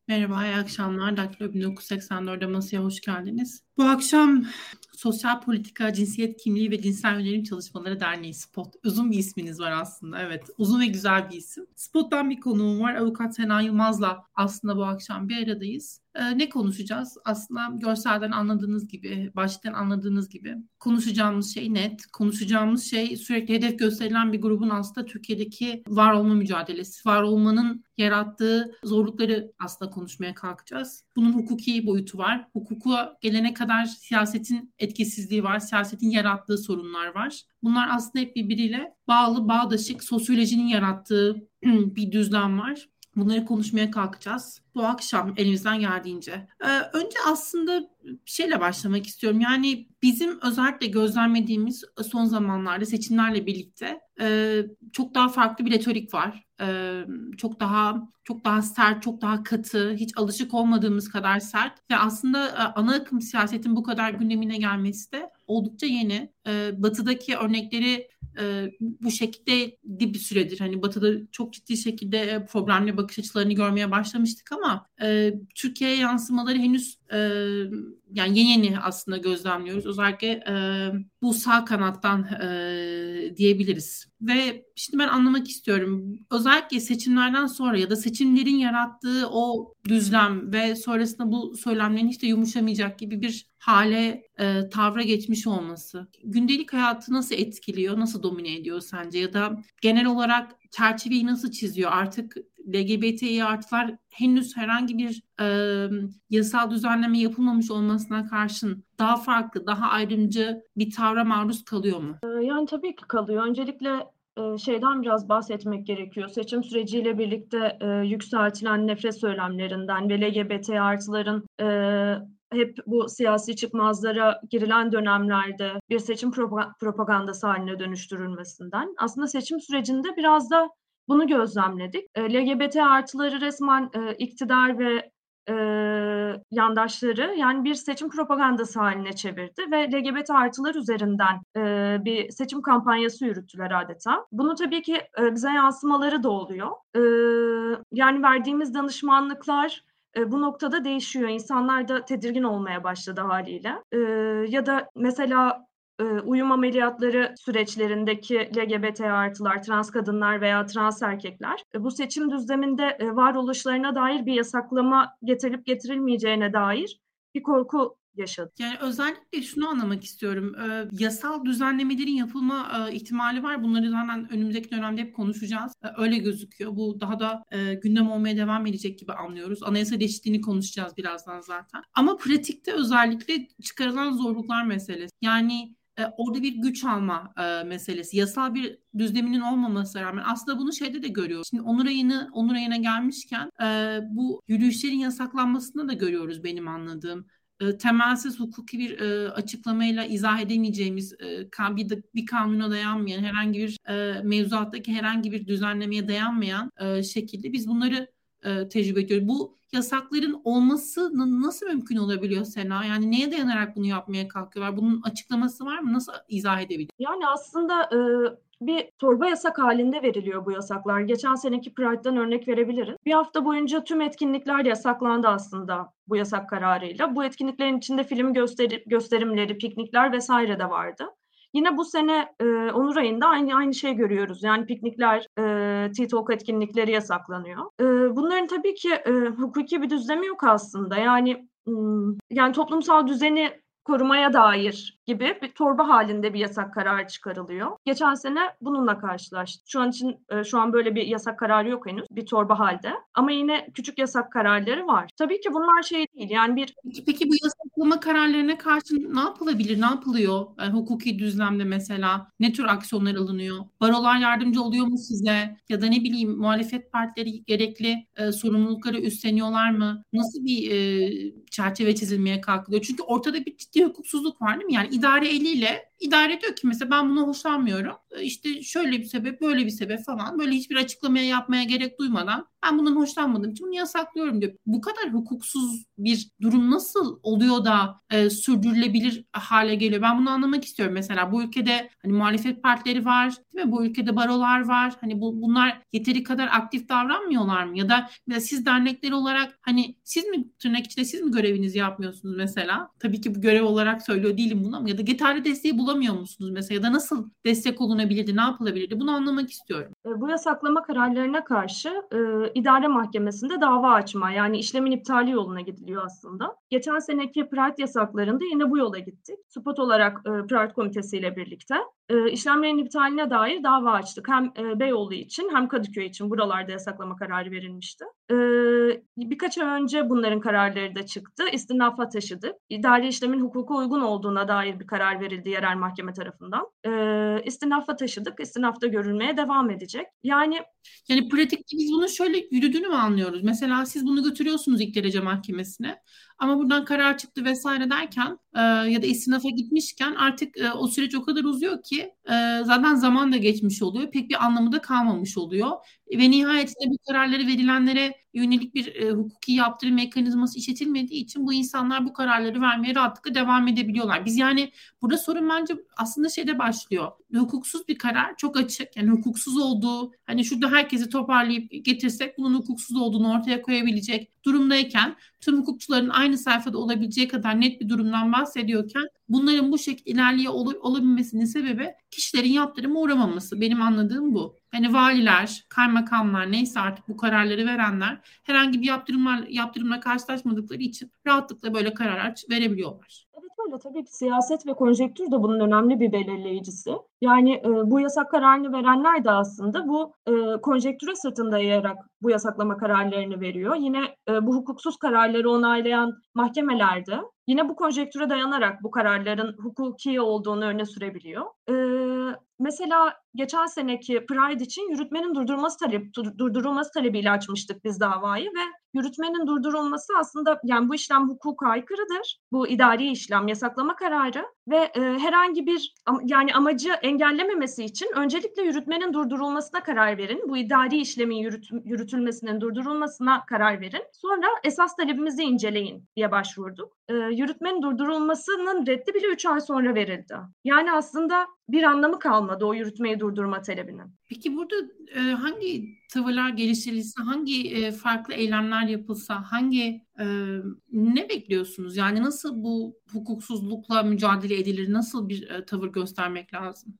Merhaba, iyi akşamlar. Daktilo 1984'de masaya hoş geldiniz. Bu akşam Sosyal Politika, Cinsiyet Kimliği ve Cinsel Yönelim Çalışmaları Derneği SPOT. Uzun bir isminiz var aslında. Evet, uzun ve güzel bir isim. SPOT'tan bir konuğum var. Avukat Sena Yılmaz'la aslında bu akşam bir aradayız. Ne konuşacağız? Aslında görselden anladığınız gibi, baştan anladığınız gibi konuşacağımız şey net. Konuşacağımız şey sürekli hedef gösterilen bir grubun aslında Türkiye'deki var olma mücadelesi, var olmanın yarattığı zorlukları aslında konuşmaya kalkacağız. Bunun hukuki boyutu var. Hukuka gelene kadar siyasetin etkisizliği var, siyasetin yarattığı sorunlar var. Bunlar aslında hep birbiriyle bağlı, bağdaşık, sosyolojinin yarattığı bir düzlem var. Bunları konuşmaya kalkacağız bu akşam elimizden geldiğince. Önce aslında bir şeyle başlamak istiyorum. Yani bizim özellikle gözlemlediğimiz son zamanlarda seçimlerle birlikte çok daha farklı bir retorik var. Çok daha sert, çok daha katı, hiç alışık olmadığımız kadar sert ve aslında ana akım siyasetin bu kadar gündemine gelmesi de oldukça yeni. Batı'daki örnekleri bu şekilde bir süredir. Hani Batı'da çok ciddi şekilde problemli bakış açılarını görmeye başlamıştık ama Türkiye'ye yansımaları henüz yani yeni aslında gözlemliyoruz. Özellikle bu sağ kanattan diyebiliriz. Ve şimdi ben anlamak istiyorum. Özellikle seçimlerden sonra ya da seçimlerin yarattığı o düzlem ve sonrasında bu söylemlerin hiç de yumuşamayacak gibi bir hale, tavra geçmiş olması. Gündelik hayatı nasıl etkiliyor, nasıl domine ediyor sence? Ya da genel olarak çerçeveyi nasıl çiziyor? Artık LGBTİ artılar henüz herhangi bir yasal düzenleme yapılmamış olmasına karşın daha farklı, daha ayrımcı bir tavra maruz kalıyor mu? Yani tabii ki kalıyor. Öncelikle şeyden biraz bahsetmek gerekiyor. Seçim süreciyle birlikte yükseltilen nefret söylemlerinden ve LGBT artıların hep bu siyasi çıkmazlara girilen dönemlerde bir seçim propagandası haline dönüştürülmesinden. Aslında seçim sürecinde biraz da bunu gözlemledik. LGBT artıları resmen iktidar ve yandaşları yani bir seçim propagandası haline çevirdi ve LGBT artılar üzerinden bir seçim kampanyası yürüttüler adeta. Bunu tabii ki bize yansımaları da oluyor. Yani verdiğimiz danışmanlıklar bu noktada değişiyor. İnsanlar da tedirgin olmaya başladı haliyle. Ya da mesela uyum ameliyatları süreçlerindeki LGBT artılar, trans kadınlar veya trans erkekler bu seçim düzleminde varoluşlarına dair bir yasaklama getirilip getirilmeyeceğine dair bir korku yaşadı. Yani özellikle şunu anlamak istiyorum. Yasal düzenlemelerin yapılma ihtimali var. Bunları zaten önümüzdeki dönemde hep konuşacağız. Öyle gözüküyor. Bu daha da gündem olmaya devam edecek gibi anlıyoruz. Anayasa değişikliğini konuşacağız birazdan zaten. Ama pratikte özellikle çıkarılan zorluklar meselesi. Yani orada bir güç alma meselesi. Yasal bir düzleminin olmamasına rağmen aslında bunu şeyde de görüyoruz. Şimdi Onur ayına gelmişken bu yürüyüşlerin yasaklanmasında da görüyoruz benim anladığım. Temelsiz hukuki bir açıklamayla izah edemeyeceğimiz bir kanuna dayanmayan herhangi bir mevzuattaki herhangi bir düzenlemeye dayanmayan şekilde biz bunları tecrübe ediyoruz. Bu yasakların olması nasıl mümkün olabiliyor Sena? Yani neye dayanarak bunu yapmaya kalkıyorlar? Bunun açıklaması var mı? Nasıl izah edebilir? Yani aslında bir torba yasak halinde veriliyor bu yasaklar. Geçen seneki Pride'dan örnek verebilirim. Bir hafta boyunca tüm etkinlikler yasaklandı aslında bu yasak kararıyla. Bu etkinliklerin içinde film gösterimleri, piknikler vesaire de vardı. Yine bu sene Onur ayında aynı şeyi görüyoruz. Yani piknikler, TikTok etkinlikleri yasaklanıyor. Bunların tabii ki hukuki bir düzlemi yok aslında. Yani toplumsal düzeni korumaya dair gibi bir torba halinde bir yasak kararı çıkarılıyor. Geçen sene bununla karşılaştık. Şu an böyle bir yasak kararı yok henüz bir torba halde. Ama yine küçük yasak kararları var. Tabii ki bunlar şey değil. Yani bir Peki bu yasaklama kararlarına karşı ne yapılabilir? Ne yapılıyor? Yani hukuki düzlemde mesela ne tür aksiyonlar alınıyor? Barolar yardımcı oluyor mu size? Ya da ne bileyim muhalefet partileri gerekli sorumlulukları üstleniyorlar mı? Nasıl bir çerçeve çizilmeye kalkılıyor? Çünkü ortada bir ciddi hukuksuzluk var değil mi? Yani idare eliyle İdare diyor ki mesela ben buna hoşlanmıyorum. İşte şöyle bir sebep, böyle bir sebep falan. Böyle hiçbir açıklamaya yapmaya gerek duymadan ben bundan hoşlanmadığım için bunu yasaklıyorum diyor. Bu kadar hukuksuz bir durum nasıl oluyor da sürdürülebilir hale geliyor? Ben bunu anlamak istiyorum. Mesela bu ülkede hani muhalefet partileri var, değil mi? Bu ülkede barolar var. Hani bunlar yeteri kadar aktif davranmıyorlar mı? Ya da mesela siz dernekler olarak hani siz mi tırnak içinde siz mi görevinizi yapmıyorsunuz mesela? Tabii ki bu görev olarak söylüyor değilim bunu ama ya da yeterli desteği bulamıyor musunuz mesela? Ya da nasıl destek olunabilirdi, ne yapılabilirdi? Bunu anlamak istiyorum. Bu yasaklama kararlarına karşı idare mahkemesinde dava açma, yani işlemin iptali yoluna gidiliyor aslında. Geçen seneki Pride yasaklarında yine bu yola gittik. Spot olarak Pride komitesiyle birlikte işlemlerin iptaline dair dava açtık. Hem Beyoğlu için hem Kadıköy için buralarda yasaklama kararı verilmişti. Birkaç ay önce bunların kararları da çıktı. İstinafa taşıdık. İdari işlemin hukuka uygun olduğuna dair bir karar verildi yerel mahkeme tarafından. İstinafa taşıdık. İstinafta görülmeye devam edecek. Yani pratikte biz bunun şöyle yürüdüğünü mü anlıyoruz? Mesela siz bunu götürüyorsunuz ilk derece mahkemesine ama buradan karar çıktı vesaire derken ya da istinafa gitmişken artık o süreç o kadar uzuyor ki zaten zaman da geçmiş oluyor. Pek bir anlamı da kalmamış oluyor. Ve nihayetinde bu kararları verilenlere yönelik bir hukuki yaptırım mekanizması işletilmediği için bu insanlar bu kararları vermeye rahatlıkla devam edebiliyorlar. Biz yani burada sorun bence aslında şeyde başlıyor. Hukuksuz bir karar çok açık. Yani hukuksuz olduğu hani şurada herkesi toparlayıp getirsek bunun hukuksuz olduğunu ortaya koyabilecek durumdayken tüm hukukçuların aynı sayfada olabileceği kadar net bir durumdan bahsediyorken bunların bu şekilde ilerliyor olabilmesinin sebebi kişilerin yaptırıma uğramaması. Benim anladığım bu. Yani valiler, kaymakamlar neyse artık bu kararları verenler herhangi bir yaptırımla karşılaşmadıkları için rahatlıkla böyle kararlar verebiliyorlar. evet, öyle tabii ki siyaset ve konjektür de bunun önemli bir belirleyicisi. Yani bu yasak kararını verenler de aslında bu konjektüre sırtını dayayarak bu yasaklama kararlarını veriyor. Yine bu hukuksuz kararları onaylayan mahkemeler de yine bu konjektüre dayanarak bu kararların hukuki olduğunu öne sürebiliyor. Mesela geçen seneki Pride için yürütmenin durdurulması talebiyle açmıştık biz davayı ve yürütmenin durdurulması aslında yani bu işlem hukuka aykırıdır. Bu idari işlem, yasaklama kararı ve herhangi bir yani amacı engellememesi için öncelikle yürütmenin durdurulmasına karar verin. Bu idari işlemin yürütülmesinin durdurulmasına karar verin. Sonra esas talebimizi inceleyin diye başvurduk. Yürütmenin durdurulmasının reddi bile 3 ay sonra verildi. Yani aslında bir anlamı kalmadı o yürütmeyi durdurma talebinin. Peki burada hangi tavırlar geliştirilse, hangi farklı eylemler yapılsa, ne bekliyorsunuz? Yani nasıl bu hukuksuzlukla mücadele edilir? Nasıl bir tavır göstermek lazım?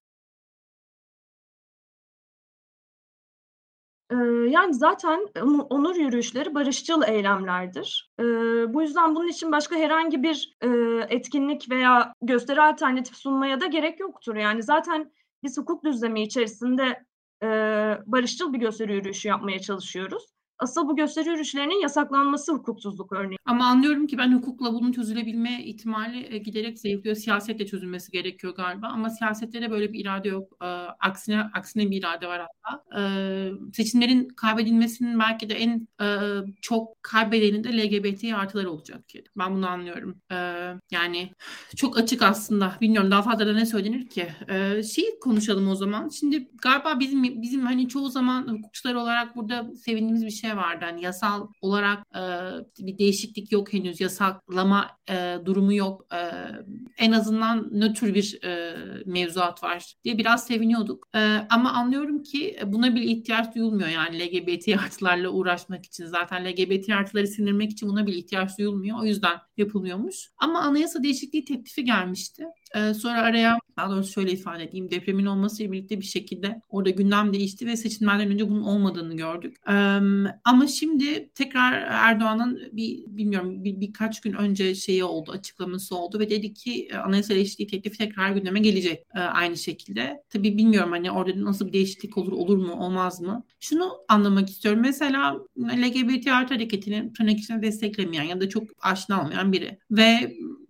Yani zaten onur yürüyüşleri barışçıl eylemlerdir. Bu yüzden bunun için başka herhangi bir etkinlik veya gösteri alternatifi sunmaya da gerek yoktur. Yani zaten biz hukuk düzlemi içerisinde barışçıl bir gösteri yürüyüşü yapmaya çalışıyoruz. Asıl bu gösteri yürüyüşlerinin yasaklanması hukuksuzluk örneği. Ama anlıyorum ki ben hukukla bunun çözülebilme ihtimali giderek zayıflıyor. Siyasetle çözülmesi gerekiyor galiba ama siyasette de böyle bir irade yok. Aksine bir irade var hatta. Seçimlerin kaybedilmesinin belki de en çok kaybedeni de LGBT artılar olacak ki. Ben bunu anlıyorum. Yani çok açık aslında. Bilmiyorum daha fazla da ne söylenir ki. Şeyi konuşalım o zaman. Şimdi galiba bizim hani çoğu zaman hukukçular olarak burada sevindiğimiz bir şey vardı. Hani yasal olarak bir değişiklik yok henüz. Yasaklama durumu yok. En azından nötr bir mevzuat var diye biraz seviniyorduk. Ama anlıyorum ki buna bile ihtiyaç duyulmuyor. Yani LGBT artılarla uğraşmak için. Zaten LGBT artıları sindirmek için buna bile ihtiyaç duyulmuyor. O yüzden yapılıyormuş. Ama anayasa değişikliği teklifi gelmişti. Sonra araya daha doğrusu şöyle ifade edeyim depremin olmasıyla birlikte bir şekilde orada gündem değişti ve seçimlerden önce bunun olmadığını gördük. Ama şimdi tekrar Erdoğan'ın birkaç gün önce açıklaması oldu ve dedi ki anayasa değişikliği teklifi tekrar gündeme gelecek aynı şekilde. Tabii bilmiyorum hani orada nasıl bir değişiklik olur mu olmaz mı? Şunu anlamak istiyorum. Mesela LGBT artı hareketini tırnak içinde desteklemeyen ya da çok aşina olmayan biri ve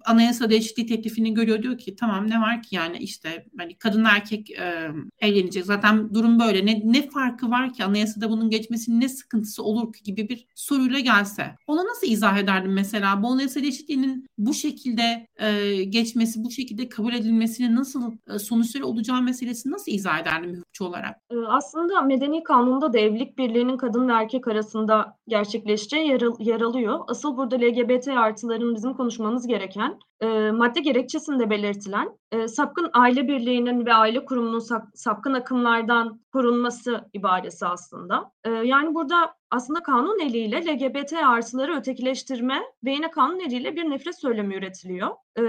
anayasa değişikliği teklifini görüyor, diyor ki tamam ne var ki yani işte hani kadın erkek evlenecek zaten durum böyle, ne farkı var ki anayasada bunun geçmesinin ne sıkıntısı olur ki gibi bir soruyla gelse ona nasıl izah ederdim mesela? Bu anayasa değişikliğinin bu şekilde geçmesi, bu şekilde kabul edilmesinin nasıl sonuçları olacağı meselesini nasıl izah ederdim hukukçu olarak? Aslında Medeni Kanun'da da evlilik birliğinin kadın ve erkek arasında gerçekleşeceği yer alıyor. Asıl burada LGBT artıların bizim konuşmamız gereken madde gerekçesinde belirtilen sapkın aile birliğinin ve aile kurumunun sapkın akımlardan korunması ibaresi aslında. Yani burada aslında kanun eliyle LGBT artıları ötekileştirme ve yine kanun eliyle bir nefret söylemi üretiliyor.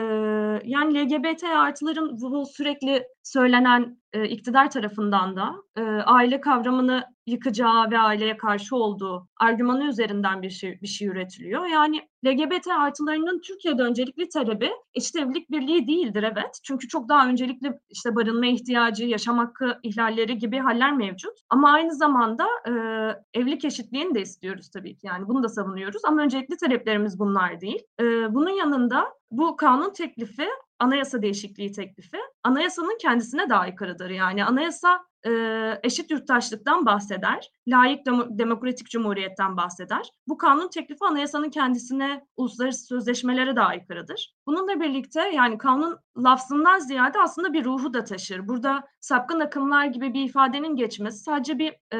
Yani LGBT artıların bu sürekli söylenen iktidar tarafından da aile kavramını yıkacağı ve aileye karşı olduğu argümanı üzerinden bir şey üretiliyor. Yani LGBT artılarının Türkiye'de öncelikli talebi eşit evlilik birliği değildir, evet. Çünkü çok daha öncelikli işte barınma ihtiyacı, yaşam hakkı ihlalleri gibi haller mevcut. Ama aynı zamanda evlilik eşitliğini de istiyoruz tabii ki. Yani bunu da savunuyoruz ama öncelikli taleplerimiz bunlar değil. Bunun yanında bu kanun teklifi, anayasa değişikliği teklifi anayasanın kendisine de aykırıdır. Yani anayasa eşit yurttaşlıktan bahseder, layık demokratik cumhuriyetten bahseder. Bu kanun teklifi anayasanın kendisine, uluslararası sözleşmelere de aykırıdır. Bununla birlikte yani kanun lafzından ziyade aslında bir ruhu da taşır. Burada sapkın akımlar gibi bir ifadenin geçmesi sadece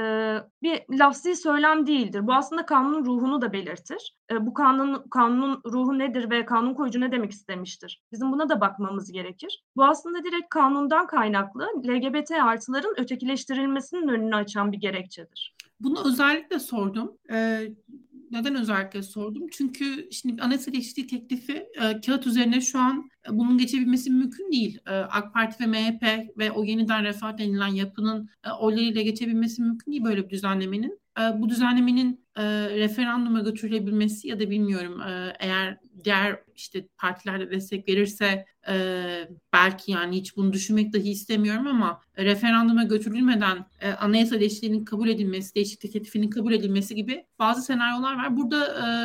bir lafzi söylem değildir. Bu aslında kanunun ruhunu da belirtir. Bu kanunun ruhu nedir ve kanun koyucu ne demek istemiştir? Bizim buna da bakmamız gerekir. Bu aslında direkt kanundan kaynaklı LGBT artıların ötekileştirilmesinin önünü açan bir gerekçedir. Bunu özellikle sordum. Neden özellikle sordum? Çünkü şimdi anayasa değişikliği teklifi kağıt üzerine şu an bunun geçebilmesi mümkün değil. AK Parti ve MHP ve o yeniden refah denilen yapının oylarıyla geçebilmesi mümkün değil böyle bir düzenlemenin. Bu düzenlemenin referanduma götürülebilmesi ya da bilmiyorum eğer diğer işte partiler de destek verirse belki yani hiç bunu düşünmek dahi istemiyorum ama referanduma götürülmeden anayasa değişikliğinin kabul edilmesi, değişiklik teklifinin kabul edilmesi gibi bazı senaryolar var. Burada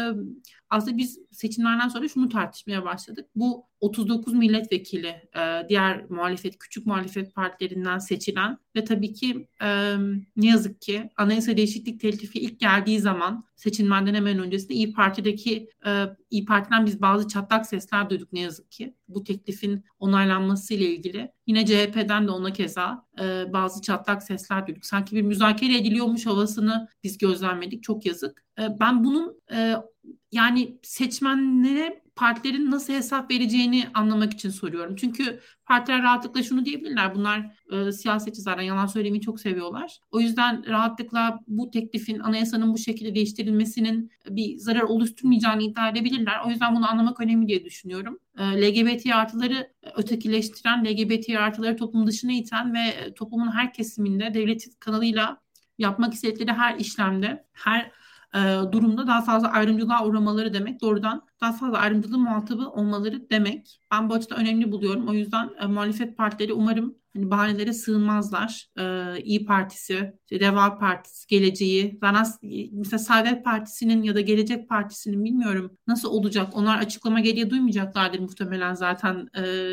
aslında biz seçimlerden sonra şunu tartışmaya başladık. Bu 39 milletvekili diğer muhalefet, küçük muhalefet partilerinden seçilen ve tabii ki ne yazık ki anayasa değişiklik teklifi ilk geldiği zaman seçimlerden hemen öncesinde İYİ Parti'den biz bazı çatlak sesler duyduk ne yazık ki. Bu teklifin onaylanması ile ilgili. Yine CHP'den de ona keza bazı çatlak sesler duyduk. Sanki bir müzakere ediliyormuş havasını biz gözlemledik. Çok yazık. Ben bunun yani seçmenlere partilerin nasıl hesap vereceğini anlamak için soruyorum. Çünkü partiler rahatlıkla şunu diyebilirler. Bunlar siyasetçi zaten yalan söylemeyi çok seviyorlar. O yüzden rahatlıkla bu teklifin anayasanın bu şekilde değiştirilmesinin bir zarar oluşturmayacağını iddia edebilirler. O yüzden bunu anlamak önemli diye düşünüyorum. LGBT artıları ötekileştiren, LGBT artıları toplum dışına iten ve toplumun her kesiminde devlet kanalıyla yapmak istedikleri her işlemde, her durumda daha fazla ayrımcılığa uğramaları demek, doğrudan daha fazla ayrımcılığın muhatabı olmaları demek. Ben bu açıdan önemli buluyorum. O yüzden muhalefet partileri umarım hani bahanelere sığınmazlar. İYİ Partisi, Deva Partisi, Geleceği, mesela Saadet Partisi'nin ya da Gelecek Partisi'nin bilmiyorum nasıl olacak. Onlar açıklama gereği duymayacaklardır muhtemelen zaten.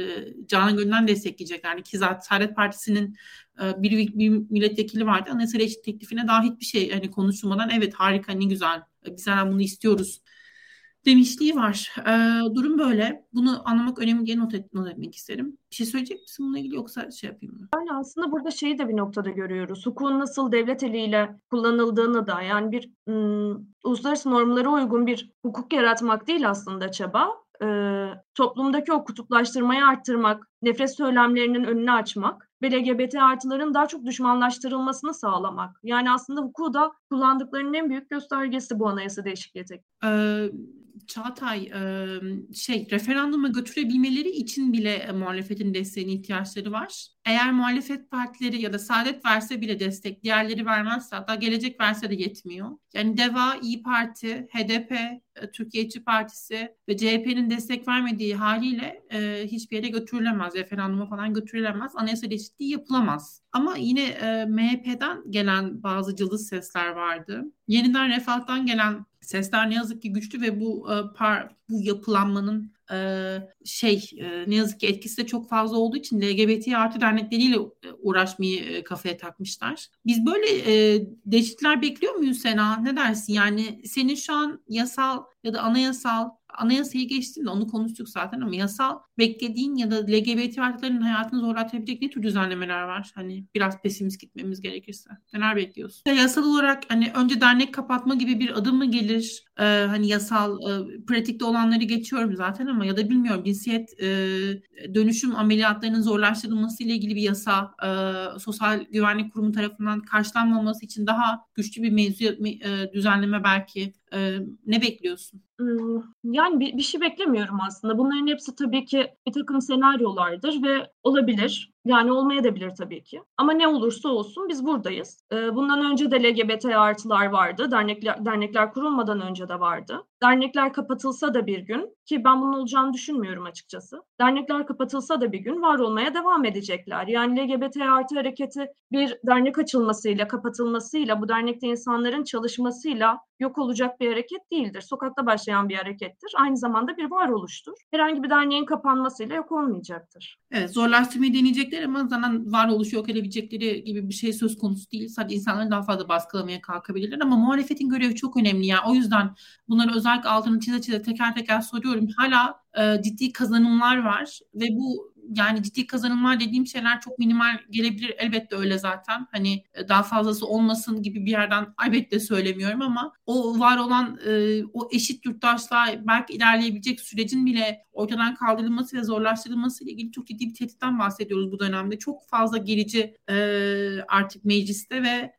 Canan Gönül'den destekleyecekler. Ki zaten Saadet Partisi'nin bir milletvekili vardı. Anayasa değişikliği teklifine daha hiçbir şey hani konuşulmadan evet harika ne güzel biz hemen bunu istiyoruz demişliği var. Durum böyle. Bunu anlamak önemli diye not etmek isterim. Bir şey söyleyecek misin bununla ilgili yoksa şey yapayım mı? Yani aslında burada şeyi de bir noktada görüyoruz. Hukukun nasıl devlet eliyle kullanıldığını da yani bir uluslararası normlara uygun bir hukuk yaratmak değil aslında çaba. Toplumdaki o kutuplaştırmayı arttırmak, nefret söylemlerinin önünü açmak ve LGBT artıların daha çok düşmanlaştırılmasını sağlamak. Yani aslında hukuku da kullandıklarının en büyük göstergesi bu anayasa değişikliği teklifi. Çağatay, referanduma götürebilmeleri için bile muhalefetin desteğine ihtiyaçları var. Eğer muhalefet partileri ya da Saadet verse bile destek, diğerleri vermezse, hatta Gelecek verse de yetmiyor. Yani DEVA, İYİ Parti, HDP, Türkiye İşçi Partisi ve CHP'nin destek vermediği haliyle hiçbir yere götürülemez, referanduma falan götürülemez, anayasa değişikliği yapılamaz. Ama yine MHP'den gelen bazı cılız sesler vardı. Yeniden Refah'tan gelen sesler ne yazık ki güçlü ve bu yapılanmanın ne yazık ki etkisi de çok fazla olduğu için LGBT artı dernekleriyle uğraşmayı kafaya takmışlar. Biz böyle değişiklikler bekliyor muyuz Sena? Ne dersin? Yani senin şu an yasal ya da anayasayı geçtiğinde onu konuştuk zaten ama yasal beklediğin ya da LGBT artıların hayatını zorlatabilecek ne tür düzenlemeler var? Hani biraz pesimist gitmemiz gerekirse. Neler bekliyorsun? Yasal olarak hani önce dernek kapatma gibi bir adım mı gelir? Hani yasal pratikte olanları geçiyorum zaten ama ya da bilmiyorum cinsiyet dönüşüm ameliyatlarının zorlaştırılması ile ilgili bir yasa Sosyal Güvenlik Kurumu tarafından karşılanmaması için daha güçlü bir düzenleme belki. Ne bekliyorsun? Yani bir şey beklemiyorum aslında. Bunların hepsi tabii ki bir takım senaryolardır ve olabilir. Yani olmayabilir tabii ki. Ama ne olursa olsun biz buradayız. Bundan önce de LGBT artılar vardı. Dernekler kurulmadan önce de vardı. Dernekler kapatılsa da bir gün, ki ben bunun olacağını düşünmüyorum açıkçası. Dernekler kapatılsa da bir gün var olmaya devam edecekler. Yani LGBT artı hareketi bir dernek açılmasıyla, kapatılmasıyla, bu dernekte insanların çalışmasıyla yok olacak bir hareket değildir. Sokakta başlayan bir harekettir. Aynı zamanda bir varoluştur. Herhangi bir derneğin kapanmasıyla yok olmayacaktır. Evet, zorlaştırmayı deneyecekler ama zaten varoluşu yok edebilecekleri gibi bir şey söz konusu değil. Sadece insanları daha fazla baskılamaya kalkabilirler ama muhalefetin görevi çok önemli ya. O yüzden bunları özellikle altını çize teker teker soruyorum. Hala ciddi kazanımlar var ve bu yani ciddi kazanımlar dediğim şeyler çok minimal gelebilir. Elbette öyle zaten. Hani daha fazlası olmasın gibi bir yerden elbette söylemiyorum ama o var olan o eşit yurttaşlığa belki ilerleyebilecek sürecin bile ortadan kaldırılması ve zorlaştırılması ile ilgili çok ciddi bir tehditten bahsediyoruz bu dönemde. Çok fazla gerici artık mecliste ve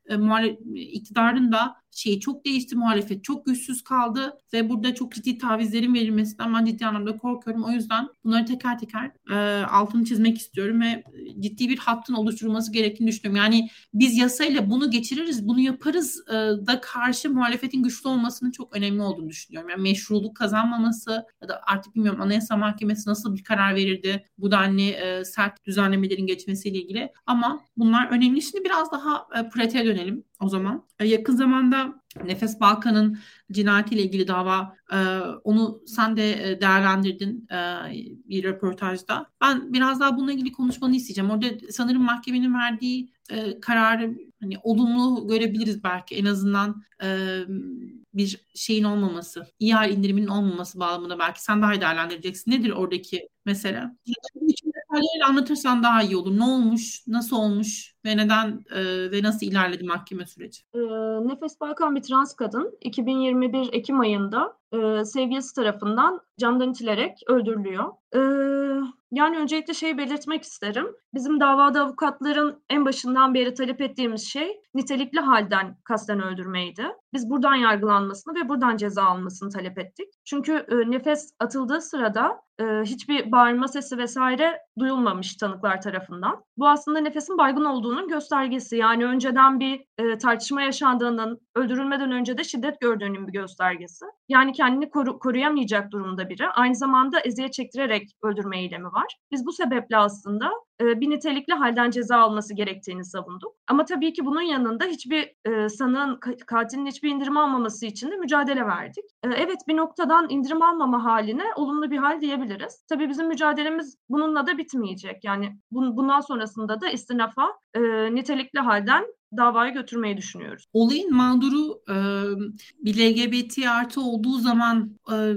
iktidarın da çok değişti, muhalefet çok güçsüz kaldı ve burada çok ciddi tavizlerin verilmesinden ben ciddi anlamda korkuyorum. O yüzden bunları teker teker altını çizmek istiyorum ve ciddi bir hattın oluşturulması gerektiğini düşünüyorum. Yani biz yasayla bunu geçiririz, bunu yaparız da karşı muhalefetin güçlü olmasının çok önemli olduğunu düşünüyorum. Yani meşruluk kazanmaması ya da artık bilmiyorum Anayasa Mahkemesi nasıl bir karar verirdi bu denli sert düzenlemelerin geçmesiyle ilgili ama bunlar önemli. Şimdi biraz daha pratiğe dönelim o zaman. Yakın zamanda Nefes Balkan'ın cinayetiyle ilgili dava, onu sen de değerlendirdin bir röportajda. Ben biraz daha bununla ilgili konuşmanı isteyeceğim. Orada sanırım mahkemenin verdiği kararı hani olumlu görebiliriz belki en azından bir şeyin olmaması, ihale indiriminin olmaması bağlamında belki sen daha iyi değerlendireceksin. Nedir oradaki mesele? Detaylarıyla anlatırsan daha iyi olur. Ne olmuş, nasıl olmuş ve neden ve nasıl ilerledi mahkeme süreci? Nefes Balkan bir trans kadın 2021 Ekim ayında sevgilisi tarafından candan itilerek öldürülüyor. Yani öncelikle belirtmek isterim. Bizim davada avukatların en başından beri talep ettiğimiz şey nitelikli halden kasten öldürmeydi. Biz buradan yargılanmasını ve buradan ceza almasını talep ettik. Çünkü nefes atıldığı sırada hiçbir bağırma sesi vesaire duyulmamış tanıklar tarafından. Bu aslında nefesin baygın olduğunun göstergesi. Yani önceden bir tartışma yaşandığının, öldürülmeden önce de şiddet gördüğünün bir göstergesi. Yani kendini koruyamayacak durumda biri. Aynı zamanda eziyet çektirerek öldürme eylemi var. Biz bu sebeple aslında bir nitelikli halden ceza alması gerektiğini savunduk. Ama tabii ki bunun yanında hiçbir sanığın, katilin hiçbir indirim almaması için de mücadele verdik. Evet, bir noktadan indirim almama haline olumlu bir hal diyebiliriz. Tabii bizim mücadelemiz bununla da bitmeyecek. Yani bundan sonrasında da istinafa nitelikli halden davayı götürmeyi düşünüyoruz. Olayın mağduru bir LGBT artı olduğu zaman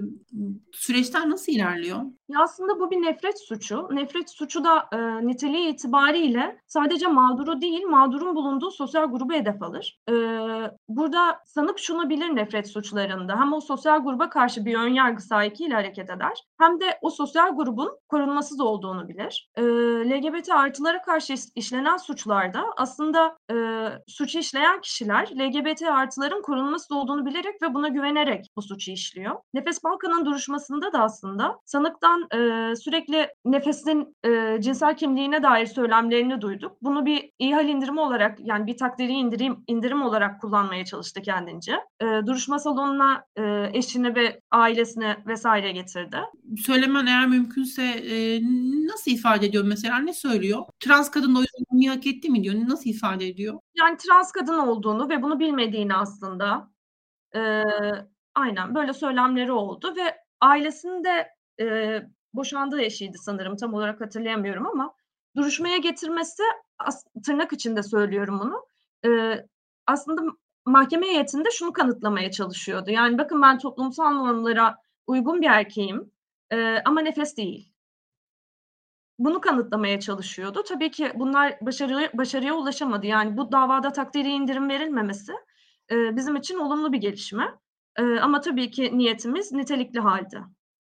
süreçler nasıl ilerliyor? Ya aslında bu bir nefret suçu. Nefret suçu da niteliği itibariyle sadece mağduru değil, mağdurun bulunduğu sosyal grubu hedef alır. Burada sanık şunu bilir nefret suçlarında. Hem o sosyal gruba karşı bir önyargı sahikiyle hareket eder, hem de o sosyal grubun korunmasız olduğunu bilir. LGBT artılara karşı işlenen suçlarda aslında suçu işleyen kişiler LGBT artıların korunmasız olduğunu bilerek ve buna güvenerek bu suçu işliyor. Nefes Balkan'ın duruşmasında da aslında sanıktan sürekli nefesin cinsel kimliğine dair söylemlerini duyduk. Bunu bir ihale indirimi olarak, yani bir takdiri indirim olarak kullanmaya çalıştı kendince. Duruşma salonuna eşini ve ailesini vesaire getirdi. Söylemen eğer mümkünse nasıl ifade ediyor mesela? Ne söylüyor? Trans kadın da o yüzden hak etti mi diyor? Nasıl ifade ediyor? Yani trans kadın olduğunu ve bunu bilmediğini aslında aynen böyle söylemleri oldu ve ailesini de boşandığı eşiydi sanırım, tam olarak hatırlayamıyorum ama duruşmaya getirmesi tırnak içinde söylüyorum bunu. Aslında mahkeme heyetinde şunu kanıtlamaya çalışıyordu. Yani bakın ben toplumsal normlara uygun bir erkeğim ama nefes değil. Bunu kanıtlamaya çalışıyordu. Tabii ki bunlar başarıya ulaşamadı. Yani bu davada takdiri indirim verilmemesi bizim için olumlu bir gelişme. Ama tabii ki niyetimiz nitelikli halde.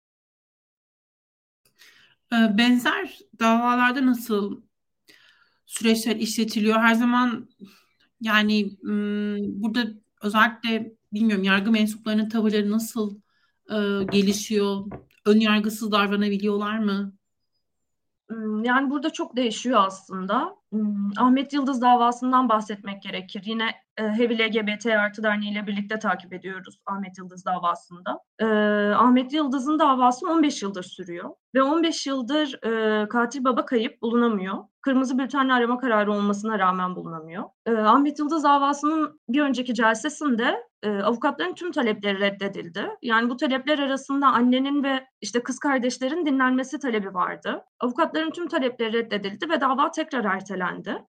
Benzer davalarda nasıl süreçler işletiliyor? Her zaman yani burada özellikle bilmiyorum yargı mensuplarının tavırları nasıl gelişiyor? Ön yargısız davranabiliyorlar mı? Yani burada çok değişiyor aslında. Ahmet Yıldız davasından bahsetmek gerekir. Yine Heavy LGBT Artı Derneği ile birlikte takip ediyoruz Ahmet Yıldız davasında. Ahmet Yıldız'ın davası 15 yıldır sürüyor ve 15 yıldır katil baba kayıp bulunamıyor. Kırmızı bültenle arama kararı olmasına rağmen bulunamıyor. Ahmet Yıldız davasının bir önceki celsesinde avukatların tüm talepleri reddedildi. Yani bu talepler arasında annenin ve işte kız kardeşlerin dinlenmesi talebi vardı. Avukatların tüm talepleri reddedildi ve dava tekrar ertelendi.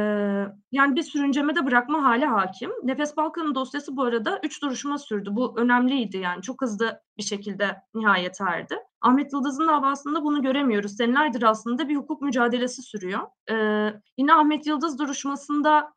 Yani bir sürüncemede bırakma hali hakim. Nefes Balkan'ın dosyası bu arada 3 duruşma sürdü. Bu önemliydi yani. Çok hızlı bir şekilde nihayete erdi. Ahmet Yıldız'ın davasında bunu göremiyoruz. Senelerdir aslında bir hukuk mücadelesi sürüyor. Yine Ahmet Yıldız duruşmasında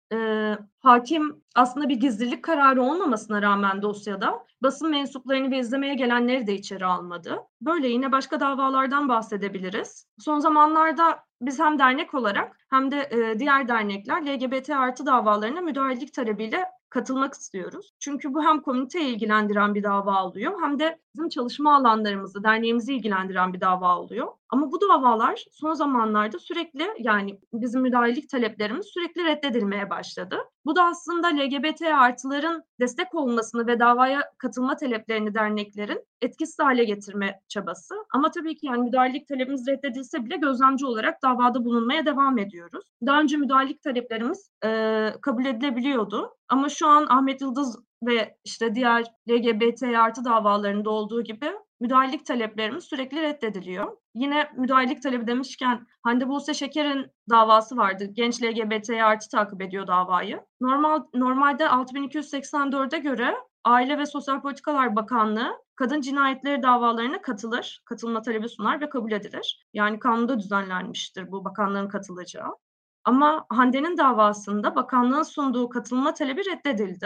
hakim aslında bir gizlilik kararı olmamasına rağmen dosyada basın mensuplarını ve izlemeye gelenleri de içeri almadı. Böyle yine başka davalardan bahsedebiliriz. Son zamanlarda biz hem dernek olarak hem de diğer dernekler LGBT artı davalarına müdahalelik talebiyle katılmak istiyoruz. Çünkü bu hem komüniteyi ilgilendiren bir dava oluyor hem de bizim çalışma alanlarımızı, derneğimizi ilgilendiren bir dava oluyor. Ama bu davalar son zamanlarda sürekli yani bizim müdahalelik taleplerimiz sürekli reddedilmeye başladı. Bu da aslında LGBT artıların destek olmasını ve davaya katılma taleplerini derneklerin etkisiz hale getirme çabası. Ama tabii ki yani müdahalelik talebimiz reddedilse bile gözlemci olarak davada bulunmaya devam ediyoruz. Daha önce müdahalelik taleplerimiz kabul edilebiliyordu. Ama şu an Ahmet Yıldız ve işte diğer LGBT artı davalarında olduğu gibi müdahalelik taleplerimiz sürekli reddediliyor. Yine müdahalelik talebi demişken Hande Buse Şeker'in davası vardı. Genç LGBT artı takip ediyor davayı. Normalde 6284'e göre Aile ve Sosyal Politikalar Bakanlığı kadın cinayetleri davalarına katılır, katılma talebi sunar ve kabul edilir. Yani kanunda düzenlenmiştir bu bakanlığın katılacağı. Ama Hande'nin davasında bakanlığın sunduğu katılma talebi reddedildi.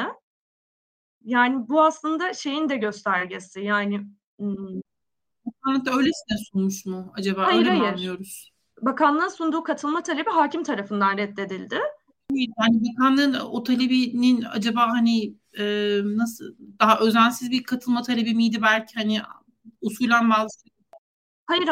Yani bu aslında şeyin de göstergesi. Yani Bakanlık da öylesine sunmuş mu acaba? hayır Öyle mi hayır. anlıyoruz? Bakanlığın sunduğu katılma talebi hakim tarafından reddedildi. Yani bakanlığın o talebinin acaba hani nasıl daha özensiz bir katılma talebi miydi belki hani usulen bazı. Hayır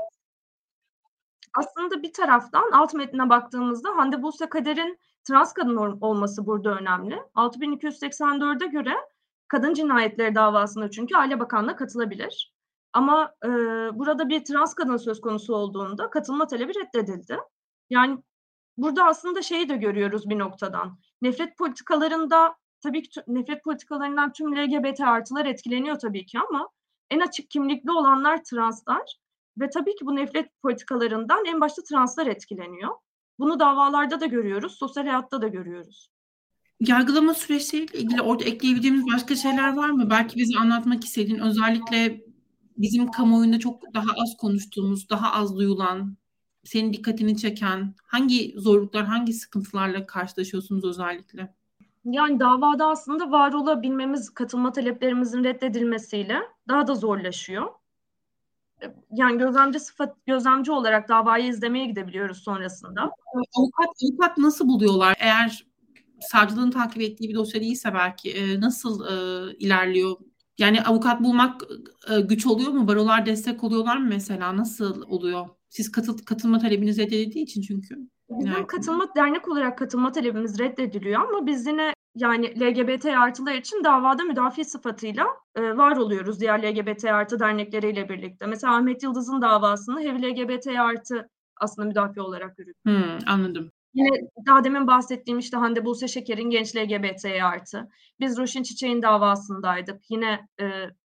aslında bir taraftan alt metnine baktığımızda Hande Buse Kader'in trans kadın olması burada önemli. 6284'e göre kadın cinayetleri davasında çünkü Aile Bakanlığı katılabilir. Ama burada bir trans kadın söz konusu olduğunda katılma talebi reddedildi. Yani burada aslında şeyi de görüyoruz bir noktadan. Nefret politikalarında tabii ki nefret politikalarından tüm LGBT artılar etkileniyor tabii ki ama en açık kimlikli olanlar translar ve tabii ki bu nefret politikalarından en başta translar etkileniyor. Bunu davalarda da görüyoruz, sosyal hayatta da görüyoruz. Yargılama süreçleriyle ilgili orada ekleyebileceğimiz başka şeyler var mı? Belki bize anlatmak istediğin özellikle bizim kamuoyunda çok daha az konuştuğumuz, daha az duyulan, senin dikkatini çeken hangi zorluklar, hangi sıkıntılarla karşılaşıyorsunuz özellikle? Yani davada aslında var olabilmemiz katılma taleplerimizin reddedilmesiyle daha da zorlaşıyor. Yani gözlemci olarak davayı izlemeye gidebiliyoruz sonrasında. Avukat nasıl buluyorlar? Eğer savcılığın takip ettiği bir dosya değilse belki nasıl ilerliyor? Yani avukat bulmak güç oluyor mu? Barolar destek oluyorlar mı mesela? Nasıl oluyor? Siz katılma talebiniz reddedildiği için çünkü. Bizim Nihayetinde. dernek olarak katılma talebimiz reddediliyor ama biz yine yani LGBT artılar için davada müdafi sıfatıyla var oluyoruz diğer LGBT artı dernekleriyle birlikte. Mesela Ahmet Yıldız'ın davasını Heavy LGBT artı aslında müdafi olarak yürütüyor. Anladım. Yine daha demin bahsettiğim işte Hande Buse Şeker'in genç LGBT artı. Biz Roşin Çiçek'in davasındaydık. Yine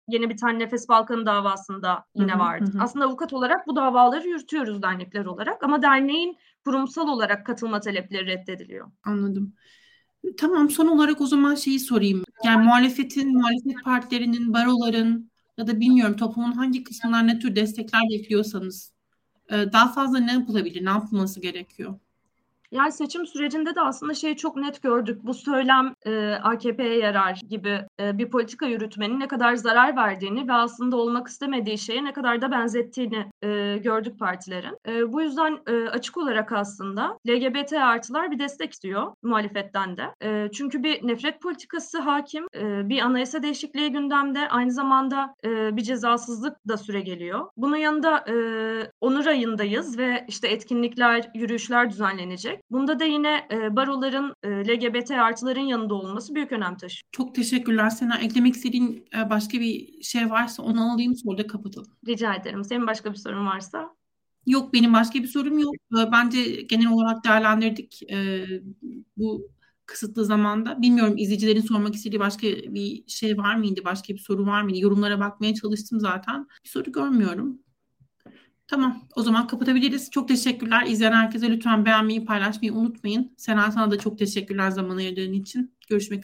yeni bir tane Nefes Balkanı davasında yine vardı. Aslında avukat olarak bu davaları yürütüyoruz dernekler olarak ama derneğin kurumsal olarak katılma talepleri reddediliyor. Anladım. Tamam, son olarak o zaman şeyi sorayım. Yani muhalefet partilerinin, baroların ya da bilmiyorum toplumun hangi kısımlar ne tür destekler bekliyorsanız daha fazla ne yapılabilir, ne yapılması gerekiyor? Yani seçim sürecinde de aslında şeyi çok net gördük. Bu söylem AKP'ye yarar gibi bir politika yürütmenin ne kadar zarar verdiğini ve aslında olmak istemediği şeye ne kadar da benzettiğini gördük partilerin. Bu yüzden açık olarak aslında LGBT artılar bir destek istiyor muhalefetten de. Çünkü bir nefret politikası hakim, bir anayasa değişikliği gündemde, aynı zamanda bir cezasızlık da süregeliyor. Bunun yanında Onur ayındayız ve işte etkinlikler, yürüyüşler düzenlenecek. Bunda da yine baroların, LGBT artıların yanında olması büyük önem taşıyor. Çok teşekkürler Sena. Eklemek istediğin başka bir şey varsa onu alayım, sonra da kapatalım. Rica ederim. Senin başka bir sorun varsa? Yok, benim başka bir sorum yok. Bence genel olarak değerlendirdik bu kısıtlı zamanda. Bilmiyorum, izleyicilerin sormak istediği başka bir şey var mıydı? Başka bir soru var mıydı? Yorumlara bakmaya çalıştım zaten. Bir soru görmüyorum. Tamam, o zaman kapatabiliriz. Çok teşekkürler. İzleyen herkese lütfen beğenmeyi, paylaşmayı unutmayın. Sena, sana da çok teşekkürler zaman ayırdığın için. Görüşmek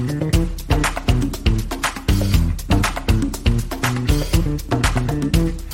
üzere.